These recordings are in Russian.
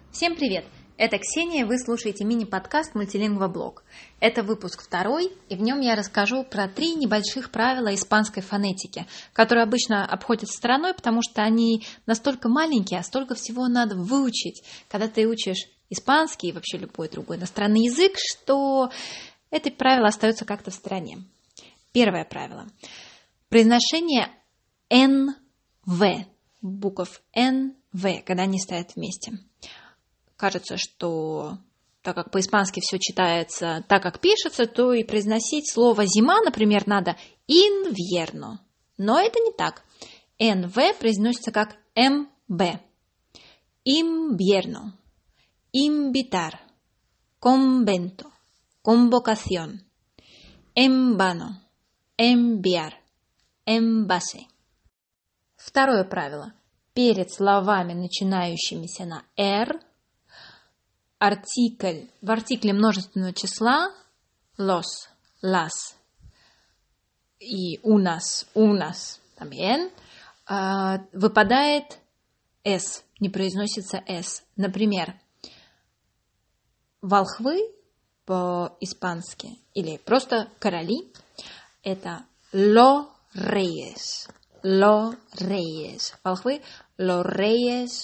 Всем привет! Это Ксения, вы слушаете мини-подкаст «Мультилингва-блог». Это выпуск 2, и в нем я расскажу про 3 небольших правила испанской фонетики, которые обычно обходят стороной, потому что они настолько маленькие, а столько всего надо выучить, когда ты учишь испанский и вообще любой другой иностранный язык, что эти правила остаются как-то в стороне. Первое правило. Произношение «НВ», букв «НВ», когда они стоят вместе. Кажется, что так как по-испански все читается так, как пишется, то и произносить слово «зима», например, надо «invierno». Но это не так. «НВ» произносится как «МБ». «Invierno», «invitar», «convento», «convocación», «en vano», «enviar», «envase». Второе правило. Перед словами, начинающимися на «р», артикль в артикле множественного числа los, las и unas también выпадает s, не произносится s. Например, волхвы по-испански или просто короли – это los reyes. Волхвы – los reyes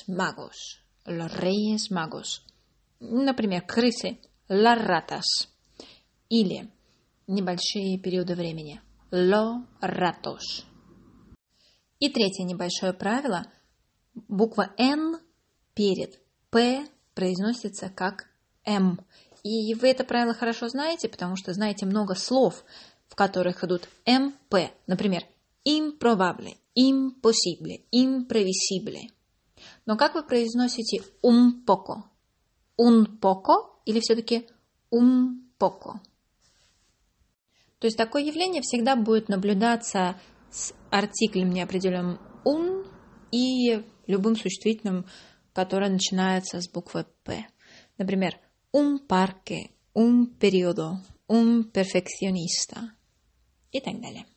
magos. Например, крысы – las ratas. Или небольшие периоды времени – los ratos. И третье небольшое правило. Буква «Н» перед «П» произносится как «М». И вы это правило хорошо знаете, потому что знаете много слов, в которых идут «МП». Например, improbable, imposible, imprevisible. Но как вы произносите «un poco»? «Un poco» или все-таки «un poco»? То есть такое явление всегда будет наблюдаться с артиклем неопределенным «un» и любым существительным, которое начинается с буквы «П». Например, «un parque», «un periodo», «un perfeccionista» и так далее.